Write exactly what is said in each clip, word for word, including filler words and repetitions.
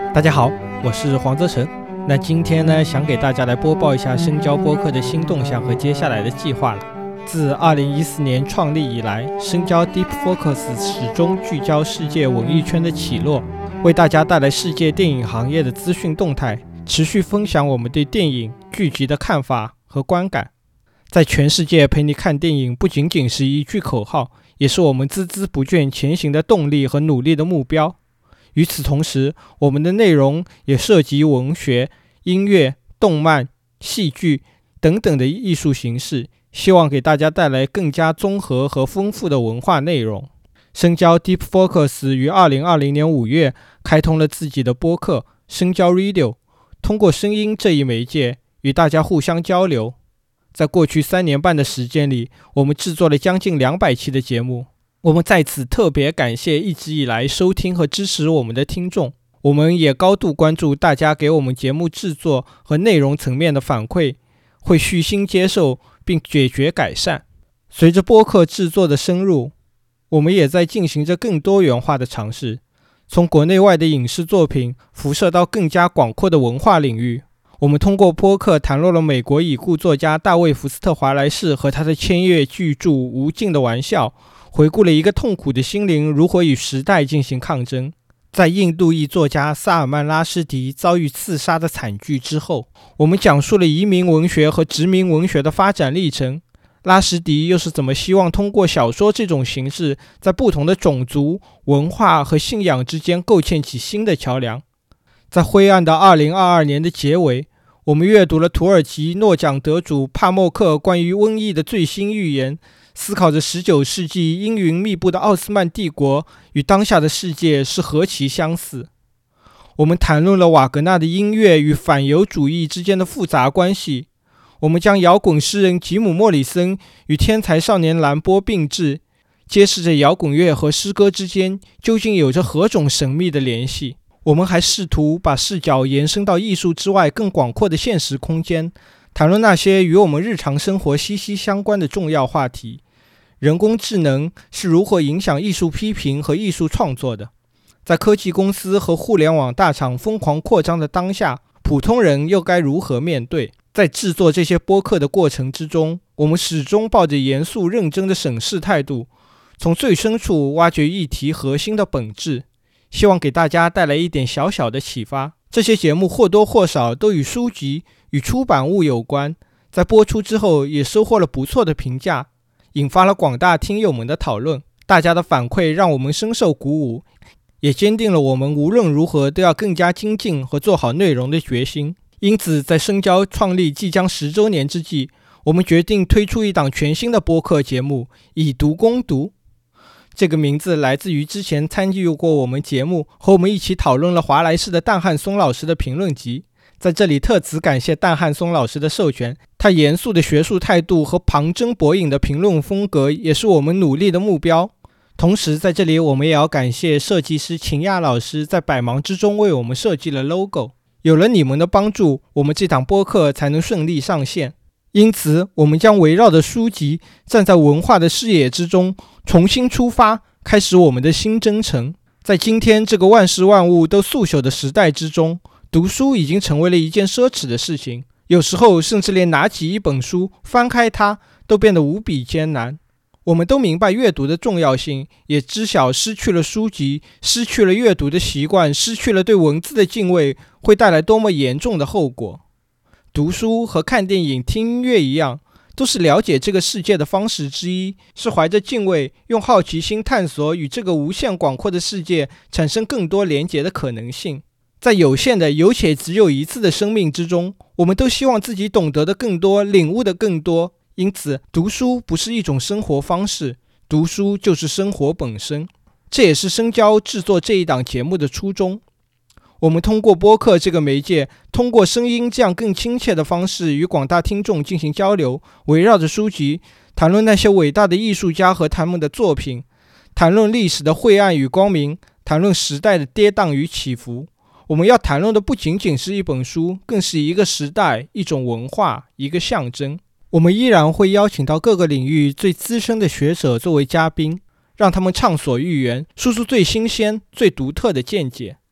大家好，我是黄泽成。那今天呢，想给大家来播报一下深交播客的新动向和接下来的计划了。自二零一四年创立以来，深交 Deep Focus 始终聚焦世界文艺圈的起落，为大家带来世界电影行业的资讯动态，持续分享我们对电影剧集的看法和观感。在全世界陪你看电影不仅仅是一句口号，也是我们孜孜不倦前行的动力和努力的目标。与此同时，我们的内容也涉及文学、音乐、动漫、戏剧等等的艺术形式，希望给大家带来更加综合和丰富的文化内容。深交 Deep Focus 于二零二零年五月开通了自己的播客深交 Radio， 通过声音这一媒介与大家互相交流。在过去三年半的时间里，我们制作了将近两百期的节目。我们在此特别感谢一直以来收听和支持我们的听众，我们也高度关注大家给我们节目制作和内容层面的反馈，会虚心接受并解决改善。随着播客制作的深入，我们也在进行着更多元化的尝试，从国内外的影视作品辐射到更加广阔的文化领域。我们通过播客谈论了美国已故作家大卫·福斯特·华莱士和他的千叶巨著《无尽的玩笑》，回顾了一个痛苦的心灵如何与时代进行抗争。在印度裔作家萨尔曼·拉什迪遭遇刺杀的惨剧之后，我们讲述了移民文学和殖民文学的发展历程。拉什迪又是怎么希望通过小说这种形式，在不同的种族、文化和信仰之间构建起新的桥梁。在灰暗的二零二二年的结尾，我们阅读了土耳其诺奖得主帕默克关于瘟疫的最新预言，思考着十九世纪阴云密布的奥斯曼帝国与当下的世界是何其相似。我们谈论了瓦格纳的音乐与反犹主义之间的复杂关系。我们将摇滚诗人吉姆·莫里森与天才少年兰波并置，揭示着摇滚乐和诗歌之间究竟有着何种神秘的联系。我们还试图把视角延伸到艺术之外更广阔的现实空间，谈论那些与我们日常生活息息相关的重要话题。人工智能是如何影响艺术批评和艺术创作的？在科技公司和互联网大厂疯狂扩张的当下，普通人又该如何面对？在制作这些播客的过程之中，我们始终抱着严肃认真的审视态度，从最深处挖掘议题核心的本质，希望给大家带来一点小小的启发。这些节目或多或少都与书籍与出版物有关，在播出之后也收获了不错的评价，引发了广大听友们的讨论。大家的反馈让我们深受鼓舞，也坚定了我们无论如何都要更加精进和做好内容的决心。因此，在深交创立即将十周年之际，我们决定推出一档全新的播客节目，以读攻读。这个名字来自于之前参与过我们节目和我们一起讨论了华莱士的蛋汉松老师的评论集。在这里特此感谢蛋汉松老师的授权，他严肃的学术态度和旁征博引的评论风格也是我们努力的目标。同时在这里我们也要感谢设计师秦亚老师在百忙之中为我们设计了 logo， 有了你们的帮助，我们这档播客才能顺利上线。因此我们将围绕着书籍，站在文化的视野之中，重新出发，开始我们的新征程。在今天这个万事万物都速朽的时代之中，读书已经成为了一件奢侈的事情，有时候甚至连拿起一本书翻开它都变得无比艰难。我们都明白阅读的重要性，也知晓失去了书籍，失去了阅读的习惯，失去了对文字的敬畏，会带来多么严重的后果。读书和看电影、听音乐一样，都是了解这个世界的方式之一，是怀着敬畏，用好奇心探索与这个无限广阔的世界产生更多连结的可能性。在有限的有且只有一次的生命之中，我们都希望自己懂得的更多，领悟的更多。因此，读书不是一种生活方式，读书就是生活本身。这也是深交制作这一档节目的初衷。我们通过播客这个媒介，通过声音这样更亲切的方式与广大听众进行交流，围绕着书籍谈论那些伟大的艺术家和他们的作品，谈论历史的晦暗与光明，谈论时代的跌宕与起伏。我们要谈论的不仅仅是一本书，更是一个时代、一种文化、一个象征。我们依然会邀请到各个领域最资深的学者作为嘉宾，让他们畅所欲言，说出最新鲜、最独特的见解。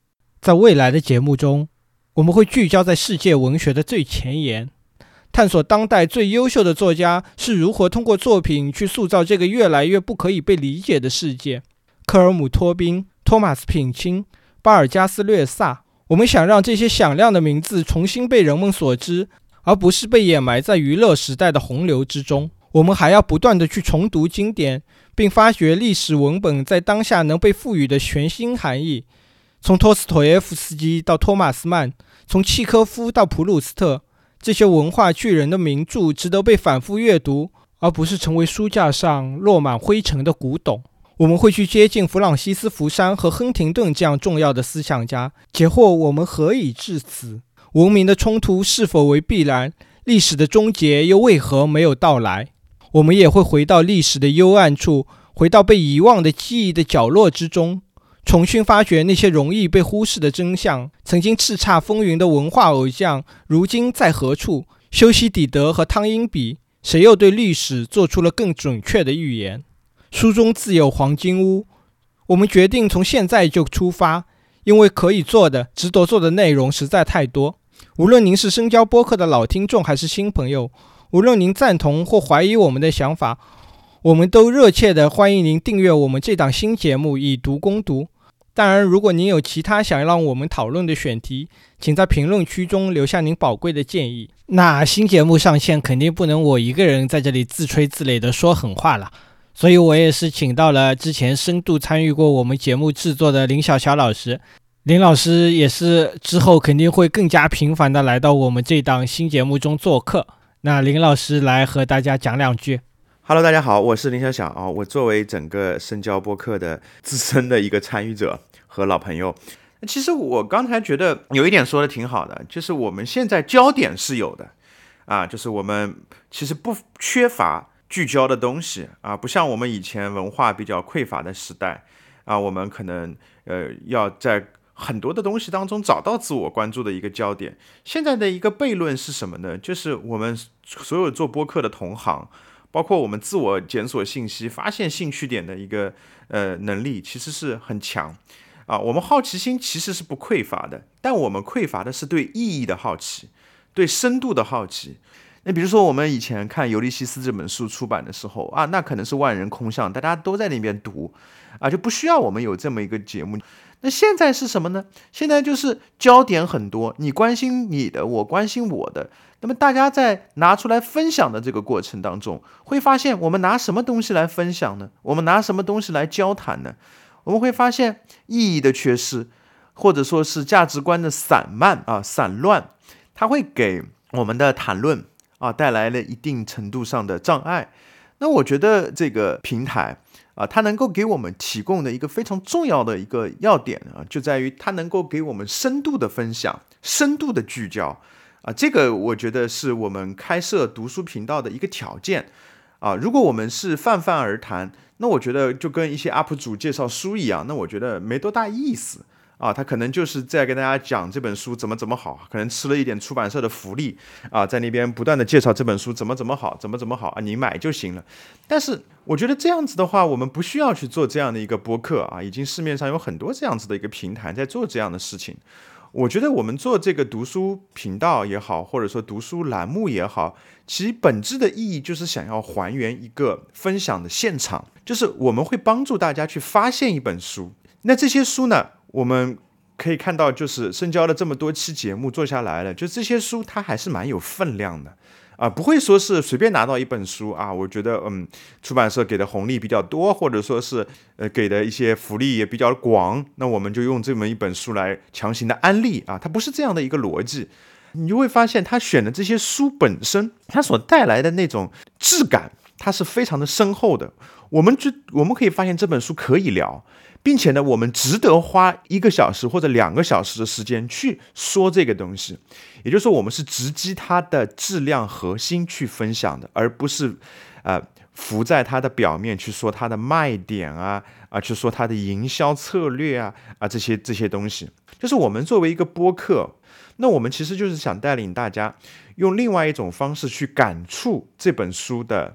在未来的节目中，我们会聚焦在世界文学的最前沿，探索当代最优秀的作家是如何通过作品去塑造这个越来越不可以被理解的世界。科尔姆托宾、托马斯品钦、巴尔加斯略萨，我们想让这些响亮的名字重新被人们所知，而不是被掩埋在娱乐时代的洪流之中。我们还要不断地去重读经典，并发掘历史文本在当下能被赋予的全新含义。从托斯妥耶夫斯基到托马斯曼，从契科夫到普鲁斯特，这些文化巨人的名著值得被反复阅读，而不是成为书架上落满灰尘的古董。我们会去接近弗朗西斯·福山和亨廷顿这样重要的思想家，解惑我们何以至此？文明的冲突是否为必然？历史的终结又为何没有到来？我们也会回到历史的幽暗处，回到被遗忘的记忆的角落之中，重新发掘那些容易被忽视的真相。曾经叱咤风云的文化偶像，如今在何处？修昔底德和汤因比，谁又对历史做出了更准确的预言？书中自有黄金屋，我们决定从现在就出发，因为可以做的、值得做的内容实在太多。无论您是深交播客的老听众还是新朋友，无论您赞同或怀疑我们的想法，我们都热切地欢迎您订阅我们这档新节目以读攻读。当然，如果您有其他想让我们讨论的选题，请在评论区中留下您宝贵的建议。那新节目上线肯定不能我一个人在这里自吹自擂的说狠话了，所以我也是请到了之前深度参与过我们节目制作的林小小老师。林老师也是之后肯定会更加频繁的来到我们这档新节目中做客。那林老师来和大家讲两句。 Hello， 大家好，我是林小小啊。我作为整个深交播客的资深的一个参与者和老朋友，其实我刚才觉得有一点说的挺好的，就是我们现在焦点是有的啊，就是我们其实不缺乏聚焦的东西啊，不像我们以前文化比较匮乏的时代啊，我们可能呃要在很多的东西当中找到自我关注的一个焦点。现在的一个悖论是什么呢？就是我们所有做播客的同行，包括我们自我检索信息、发现兴趣点的一个呃能力，其实是很强啊。我们好奇心其实是不匮乏的，但我们匮乏的是对意义的好奇，对深度的好奇。那比如说我们以前看《尤利西斯》这本书出版的时候啊，那可能是万人空巷，大家都在那边读啊，就不需要我们有这么一个节目。那现在是什么呢？现在就是焦点很多，你关心你的，我关心我的。那么大家在拿出来分享的这个过程当中，会发现我们拿什么东西来分享呢？我们拿什么东西来交谈呢？我们会发现意义的缺失，或者说是价值观的散漫啊、散乱，它会给我们的谈论啊带来了一定程度上的障碍。那我觉得这个平台啊，它能够给我们提供的一个非常重要的一个要点啊，就在于它能够给我们深度的分享、深度的聚焦啊，这个我觉得是我们开设读书频道的一个条件啊。如果我们是泛泛而谈，那我觉得就跟一些 U P 主介绍书一样，那我觉得没多大意思啊。他可能就是在跟大家讲这本书怎么怎么好，可能吃了一点出版社的福利啊，在那边不断的介绍这本书怎么怎么好，怎么怎么好啊，你买就行了。但是我觉得这样子的话，我们不需要去做这样的一个播客啊，已经市面上有很多这样子的一个平台在做这样的事情。我觉得我们做这个读书频道也好，或者说读书栏目也好，其本质的意义就是想要还原一个分享的现场，就是我们会帮助大家去发现一本书。那这些书呢，我们可以看到，就是深交了这么多期节目做下来了，就这些书它还是蛮有分量的啊，不会说是随便拿到一本书啊，我觉得嗯，出版社给的红利比较多，或者说是呃给的一些福利也比较广，那我们就用这么一本书来强行的安利啊，它不是这样的一个逻辑。你就会发现他选的这些书本身，它所带来的那种质感，它是非常的深厚的。我们就我们可以发现这本书可以聊，并且呢，我们值得花一个小时或者两个小时的时间去说这个东西。也就是说，我们是直击它的质量核心去分享的，而不是呃浮在它的表面去说它的卖点啊啊，去说它的营销策略啊啊这些这些东西。就是我们作为一个播客，那我们其实就是想带领大家用另外一种方式去感触这本书的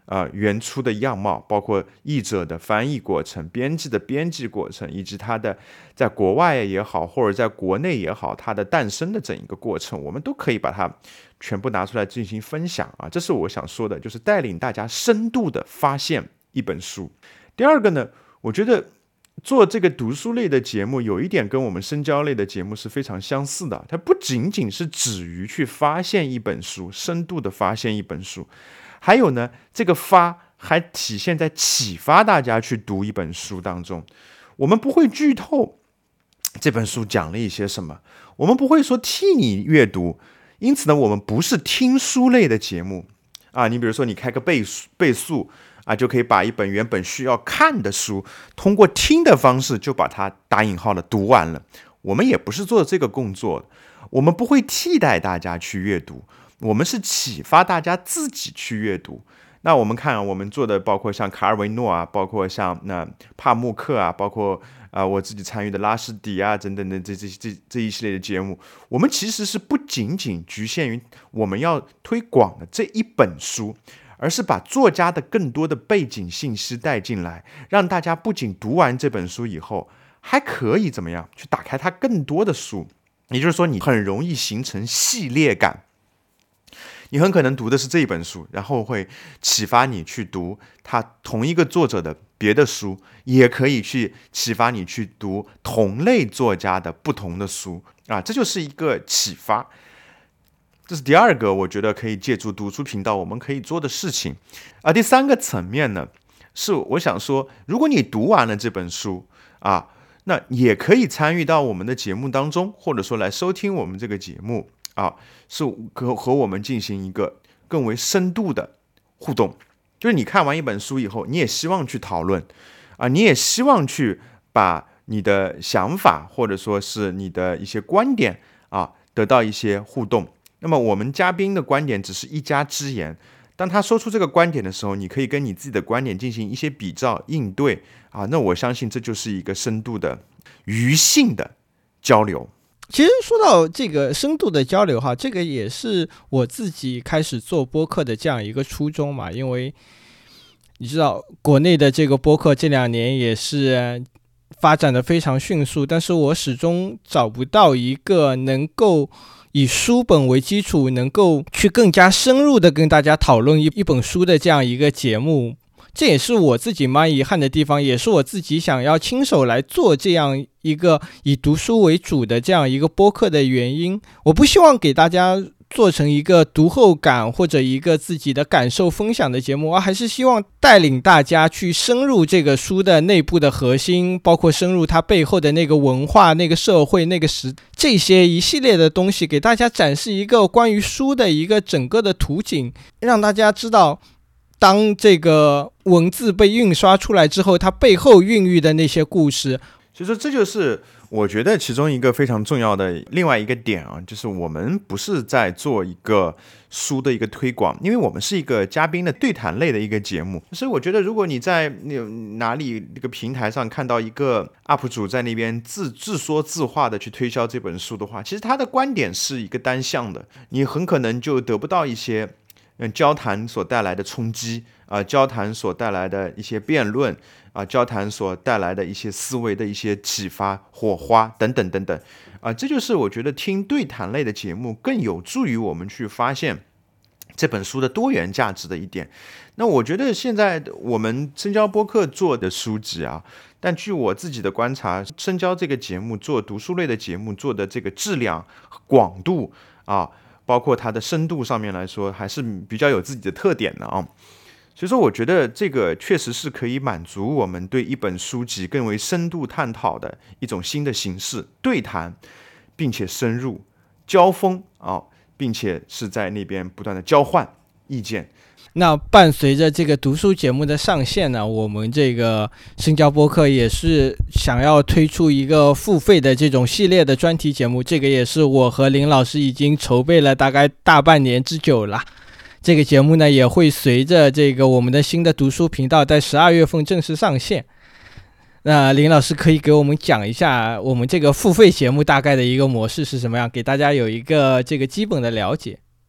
呃原初的样貌，包括译者的翻译过程、编辑的编辑过程，以及它的在国外也好，或者在国内也好，它的诞生的整一个过程，我们都可以把它全部拿出来进行分享啊。这是我想说的，就是带领大家深度的发现一本书。第二个呢，我觉得做这个读书类的节目有一点跟我们深交类的节目是非常相似的，它不仅仅是止于去发现一本书，深度的发现一本书，还有呢，这个发还体现在启发大家去读一本书当中。我们不会剧透这本书讲了一些什么，我们不会说替你阅读，因此呢，我们不是听书类的节目啊。你比如说，你开个倍速倍速啊，就可以把一本原本需要看的书，通过听的方式就把它打引号的读完了。我们也不是做这个工作的，我们不会替代大家去阅读，我们是启发大家自己去阅读。那我们看、啊、我们做的包括像卡尔维诺啊，包括像那帕慕克啊，包括啊、呃、我自己参与的拉什迪啊等等的这这这这一系列的节目，我们其实是不仅仅局限于我们要推广的这一本书，而是把作家的更多的背景信息带进来，让大家不仅读完这本书以后，还可以怎么样去打开它更多的书。也就是说，你很容易形成系列感。你很可能读的是这一本书，然后会启发你去读他同一个作者的别的书，也可以去启发你去读同类作家的不同的书啊，这就是一个启发。这是第二个，我觉得可以借助读书频道我们可以做的事情啊。第三个层面呢，是我想说，如果你读完了这本书啊，那也可以参与到我们的节目当中，或者说来收听我们这个节目啊，是和和我们进行一个更为深度的互动。就是你看完一本书以后，你也希望去讨论啊，你也希望去把你的想法或者说是你的一些观点啊得到一些互动。那么我们嘉宾的观点只是一家之言，当他说出这个观点的时候，你可以跟你自己的观点进行一些比照应对啊，那我相信这就是一个深度的余性的交流。 其实说到这个深度的交流哈，这个也是我自己开始做播客的这样一个初衷嘛。因为你知道国内的这个播客这两年也是发展的非常迅速，但是我始终找不到一个能够以书本为基础，能够去更加深入的跟大家讨论一本书的这样一个节目。这也是我自己蛮遗憾的地方，也是我自己想要亲手来做这样一个以读书为主的这样一个播客的原因。我不希望给大家做成一个读后感或者一个自己的感受分享的节目，而还是希望带领大家去深入这个书的内部的核心，包括深入它背后的那个文化、那个社会、那个时这些一系列的东西，给大家展示一个关于书的一个整个的图景，让大家知道当这个文字被印刷出来之后，它背后孕育的那些故事。 其实这就是我觉得其中一个非常重要的另外一个点啊，就是我们不是在做一个书的一个推广，因为我们是一个嘉宾的对谈类的一个节目。所以我觉得如果你在哪里这个平台上看到一个 U P 主在那边自自说自话的去推销这本书的话，其实他的观点是一个单向的，你很可能就得不到一些嗯交谈所带来的冲击啊、呃，交谈所带来的一些辩论啊、呃，交谈所带来的一些思维的一些启发、火花等等等等啊、呃，这就是我觉得听对谈类的节目更有助于我们去发现这本书的多元价值的一点。那我觉得现在我们深交播客做的书籍啊，但据我自己的观察，深交这个节目做读书类的节目做的这个质量、广度啊。包括它的深度上面来说，还是比较有自己的特点的啊。所以说，我觉得这个确实是可以满足我们对一本书籍更为深度探讨的一种新的形式，对谈，并且深入交锋啊，并且是在那边不断的交换意见。 那伴随着这个读书节目的上线呢，我们这个深交播客也是想要推出一个付费的这种系列的专题节目，这个也是我和林老师已经筹备了大概大半年之久了。这个节目呢也会随着这个我们的新的读书频道在十二月份正式上线。那林老师可以给我们讲一下我们这个付费节目大概的一个模式是什么样，给大家有一个这个基本的了解。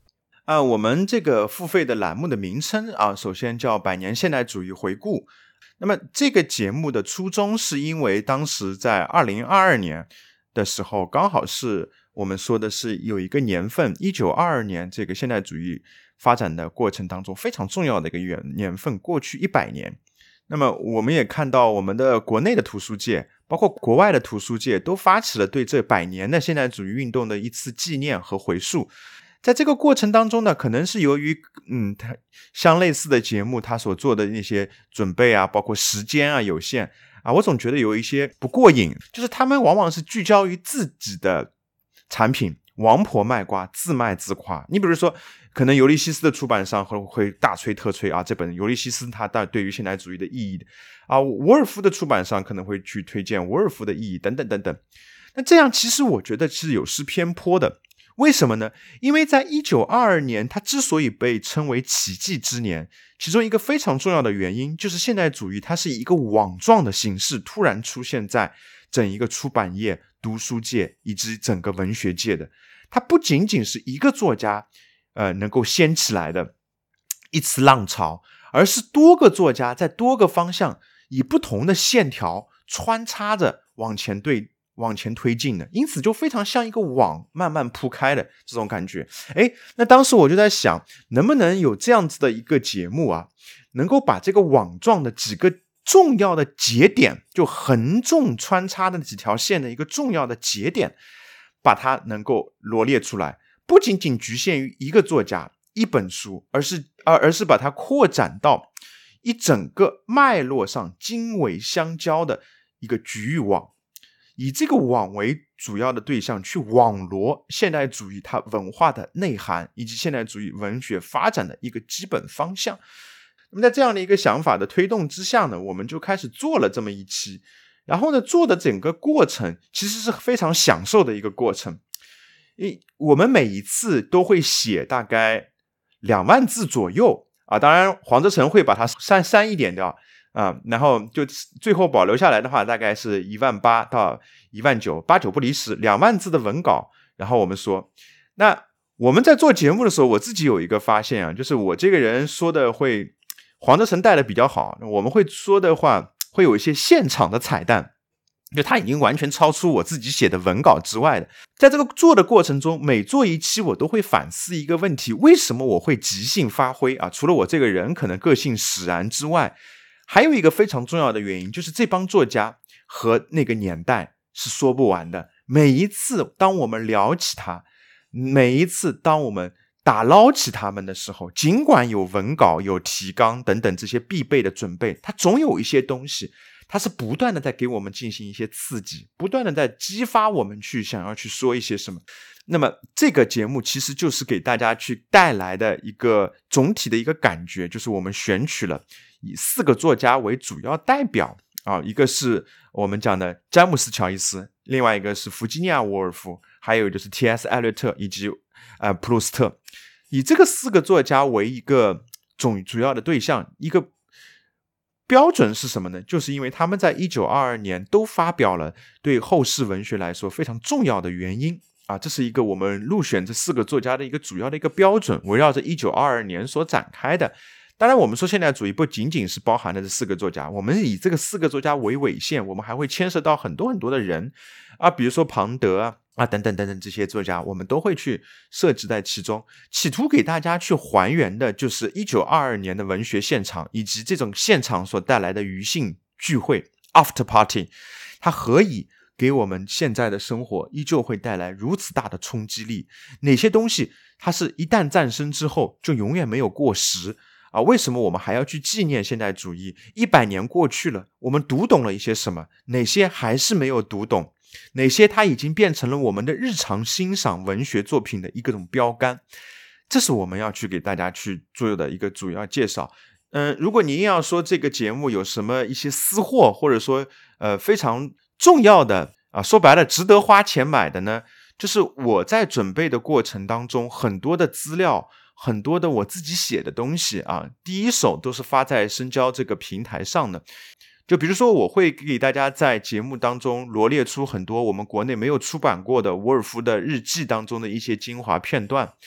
啊，我们这个付费的栏目的名称啊，首先叫百年现代主义回顾。那么这个节目的初衷是因为当时在二零二二年的时候，刚好是我们说的是有一个年份一九二二年，这个现代主义发展的过程当中非常重要的一个年份，过去一百年。那么我们也看到我们的国内的图书界包括国外的图书界都发起了对这百年的现代主义运动的一次纪念和回溯。在这个过程当中呢，可能是由于嗯，它相类似的节目它所做的那些准备啊，包括时间啊有限啊，我总觉得有一些不过瘾，就是他们往往是聚焦于自己的产品，王婆卖瓜，自卖自夸。你比如说可能尤利西斯的出版商会会大吹特吹啊，这本尤利西斯它对于现代主义的意义啊，沃尔夫的出版商可能会去推荐沃尔夫的意义等等等等。那这样其实我觉得是有失偏颇的。为什么呢？因为在一九二二年它之所以被称为奇迹之年，其中一个非常重要的原因就是现代主义它是以一个网状的形式突然出现在整一个出版业、读书界以及整个文学界的。它不仅仅是一个作家呃，能够掀起来的一次浪潮，而是多个作家在多个方向以不同的线条穿插着往前对往前推进的，因此就非常像一个网慢慢铺开的这种感觉。诶，那当时我就在想，能不能有这样子的一个节目啊，能够把这个网状的几个重要的节点，就横纵穿插的几条线的一个重要的节点，把它能够罗列出来，不仅仅局限于一个作家一本书，而是而而是把它扩展到一整个脉络上经纬相交的一个局域网，以这个网为主要的对象去网罗现代主义它文化的内涵以及现代主义文学发展的一个基本方向。那么在这样的一个想法的推动之下呢，我们就开始做了这么一期，然后呢做的整个过程其实是非常享受的一个过程。我们每一次都会写大概两万字左右啊，当然黄哲成会把它删删一点掉啊，然后就最后保留下来的话大概是一万八到一万九，八九不离十，两万字的文稿。然后我们说，那我们在做节目的时候，我自己有一个发现啊，就是我这个人说的会黄哲成带的比较好，我们会说的话会有一些现场的彩蛋，就它已经完全超出我自己写的文稿之外的。在这个做的过程中，每做一期我都会反思一个问题，为什么我会即兴发挥啊？除了我这个人可能个性使然之外，还有一个非常重要的原因，就是这帮作家和那个年代是说不完的。每一次当我们聊起他，每一次当我们打捞起他们的时候，尽管有文稿有提纲等等这些必备的准备，它总有一些东西它是不断的在给我们进行一些刺激，不断的在激发我们去想要去说一些什么。那么这个节目其实就是给大家去带来的一个总体的一个感觉，就是我们选取了以四个作家为主要代表啊，一个是我们讲的詹姆斯乔伊斯，另外一个是弗吉尼亚沃尔夫，还有就是 T S 艾略特以及呃普鲁斯特，以这个四个作家为一个总主要的对象。一个标准是什么呢？就是因为他们在一九二二年都发表了对后世文学来说非常重要的原因啊，这是一个我们入选这四个作家的一个主要的一个标准，围绕着一九二二年所展开的。当然我们说现代主义不仅仅是包含了这四个作家，我们以这个四个作家为尾线，我们还会牵涉到很多很多的人啊，比如说庞德啊啊等等等等这些作家，我们都会去设置在其中，企图给大家去还原的就是一九二二年的文学现场，以及这种现场所带来的余兴聚会 after party， 它何以给我们现在的生活依旧会带来如此大的冲击力？哪些东西它是一旦诞生之后就永远没有过时啊？为什么我们还要去纪念现代主义？一百年过去了，我们读懂了一些什么？哪些还是没有读懂？哪些它已经变成了我们的日常欣赏文学作品的一个种标杆？这是我们要去给大家去做的一个主要介绍。嗯、呃，如果您要说这个节目有什么一些私货，或者说呃非常重要的啊，说白了值得花钱买的呢，就是我在准备的过程当中，很多的资料，很多的我自己写的东西啊，第一手都是发在深交这个平台上的。就比如说我会给大家在节目当中罗列出很多我们国内没有出版过的沃尔夫的日记当中的一些精华片段，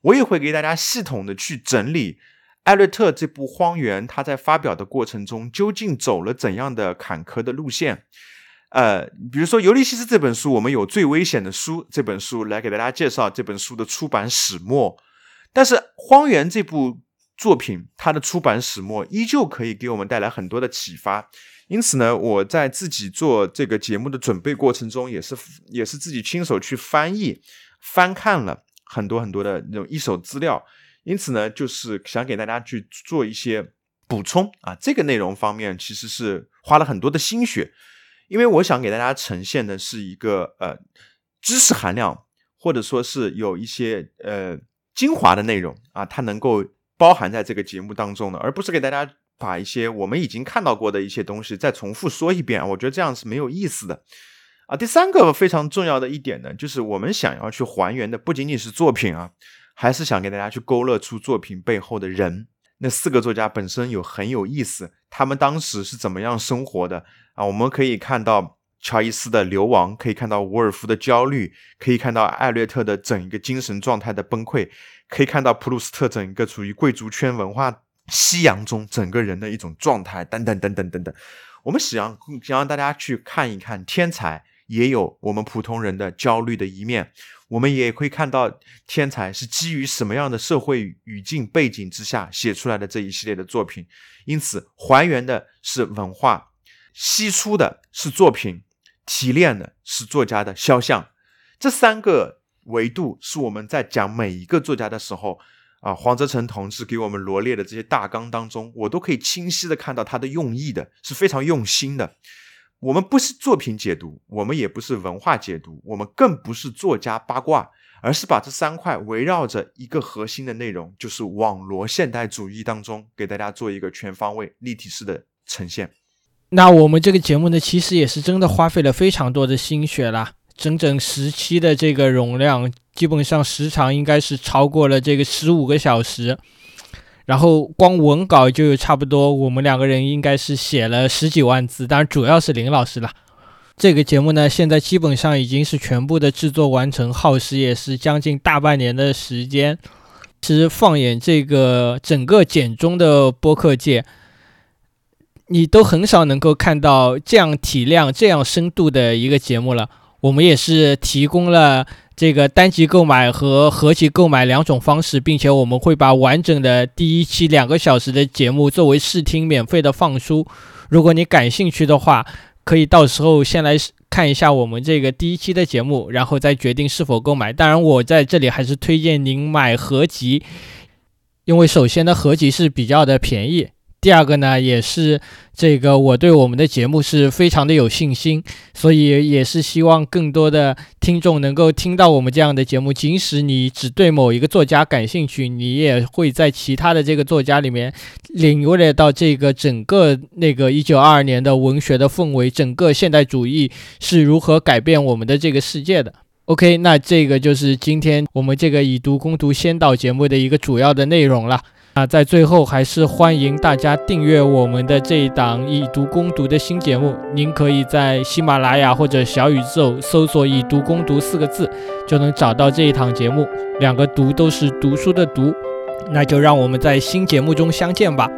我也会给大家系统的去整理艾略特这部《荒原》他在发表的过程中究竟走了怎样的坎坷的路线。呃，比如说《尤利西斯》这本书，我们有最危险的书这本书来给大家介绍这本书的出版始末，但是《荒原》这部作品它的出版始末依旧可以给我们带来很多的启发。因此呢，我在自己做这个节目的准备过程中，也是也是自己亲手去翻译翻看了很多很多的那种一手资料，因此呢，就是想给大家去做一些补充啊。这个内容方面其实是花了很多的心血，因为我想给大家呈现的是一个呃知识含量，或者说是有一些呃精华的内容啊，它能够包含在这个节目当中的，而不是给大家把一些我们已经看到过的一些东西再重复说一遍，我觉得这样是没有意思的啊。第三个非常重要的一点呢，就是我们想要去还原的不仅仅是作品啊，还是想给大家去勾勒出作品背后的人。那四个作家本身有很有意思，他们当时是怎么样生活的啊？我们可以看到乔伊斯的流亡，可以看到伍尔夫的焦虑，可以看到艾略特的整一个精神状态的崩溃，可以看到普鲁斯特整一个处于贵族圈文化夕阳中整个人的一种状态，等等等等等等。我们想想让大家去看一看，天才也有我们普通人的焦虑的一面，我们也会看到天才是基于什么样的社会语境背景之下写出来的这一系列的作品。因此还原的是文化，析出的是作品，提炼的是作家的肖像。这三个维度是我们在讲每一个作家的时候啊，黄泽成同志给我们罗列的这些大纲当中，我都可以清晰的看到他的用意的，是非常用心的。我们不是作品解读，我们也不是文化解读，我们更不是作家八卦，而是把这三块围绕着一个核心的内容，就是网罗现代主义当中给大家做一个全方位立体式的呈现。 那我们这个节目呢，其实也是真的花费了非常多的心血啦，整整十期的这个容量，基本上时长应该是超过了这个十五个小时，然后光文稿就有差不多我们两个人应该是写了十几万字，当然主要是林老师啦。这个节目呢，现在基本上已经是全部的制作完成，耗时也是将近大半年的时间。其实放眼这个整个简中的播客界，你都很少能够看到这样体量这样深度的一个节目了。我们也是提供了这个单集购买和合集购买两种方式，并且我们会把完整的第一期两个小时的节目作为试听免费的放出。如果你感兴趣的话，可以到时候先来看一下我们这个第一期的节目，然后再决定是否购买。当然我在这里还是推荐您买合集，因为首先呢合集是比较的便宜，第二个呢也是这个我对我们的节目是非常的有信心，所以也是希望更多的听众能够听到我们这样的节目，即使你只对某一个作家感兴趣，你也会在其他的这个作家里面领略到这个整个那个一九二二年的文学的氛围，整个现代主义是如何改变我们的这个世界的。OK， 那这个就是今天我们这个以毒攻毒先导节目的一个主要的内容了。啊，在最后还是欢迎大家订阅我们的这一档以毒攻毒的新节目。您可以在喜马拉雅或者小宇宙搜索以毒攻毒四个字，就能找到这一档节目，两个毒都是读书的读。那就让我们在新节目中相见吧。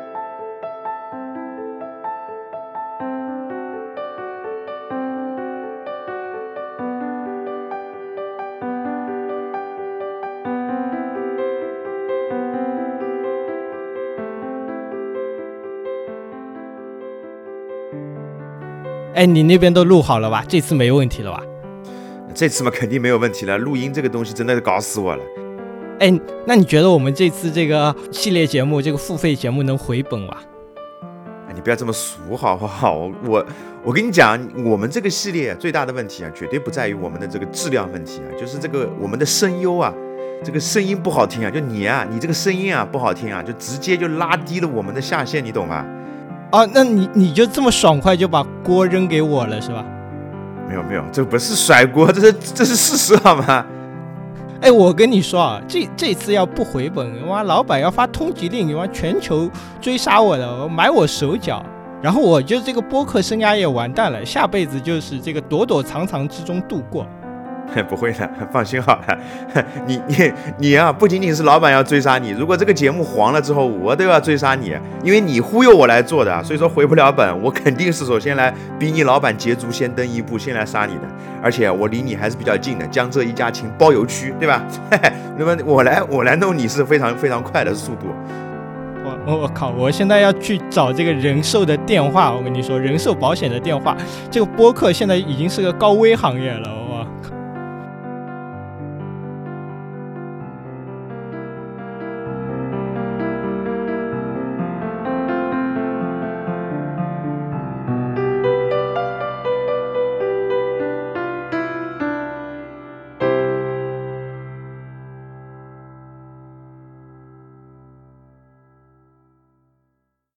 哎，你那边都录好了吧？这次没问题了吧？ 这次嘛，肯定没有问题了。录音这个东西真的是搞死我了。 哎，那你觉得我们这次这个系列节目，这个付费节目能回本吗？ 哎，你不要这么俗好不好？我我跟你讲，我们这个系列最大的问题啊，绝对不在于我们的这个质量问题啊，就是这个我们的声优啊，这个声音不好听啊，就你啊，你这个声音啊不好听啊，就直接就拉低了我们的下限，你懂吗？ 哦，那你你就这么爽快就把锅扔给我了是吧？ 没有没有，这不是甩锅，这是这是事实好吗？ 哎，我跟你说啊，这这次要不回本，哇，老板要发通缉令，哇，全球追杀我的，买我手脚，然后我就这个播客生涯也完蛋了，下辈子就是这个躲躲藏藏之中度过。 不会的，放心好了。你你你啊，不仅仅是老板要追杀你，如果这个节目黄了之后，我都要追杀你，因为你忽悠我来做的，所以说回不了本，我肯定是首先来比你老板捷足先登一步，先来杀你的。而且我离你还是比较近的，江浙一家亲，包邮区，对吧？那么我来我来弄你是非常非常快的速度。 我我靠！我现在要去找这个人寿的电话，我跟你说，人寿保险的电话，这个播客现在已经是个高危行业了。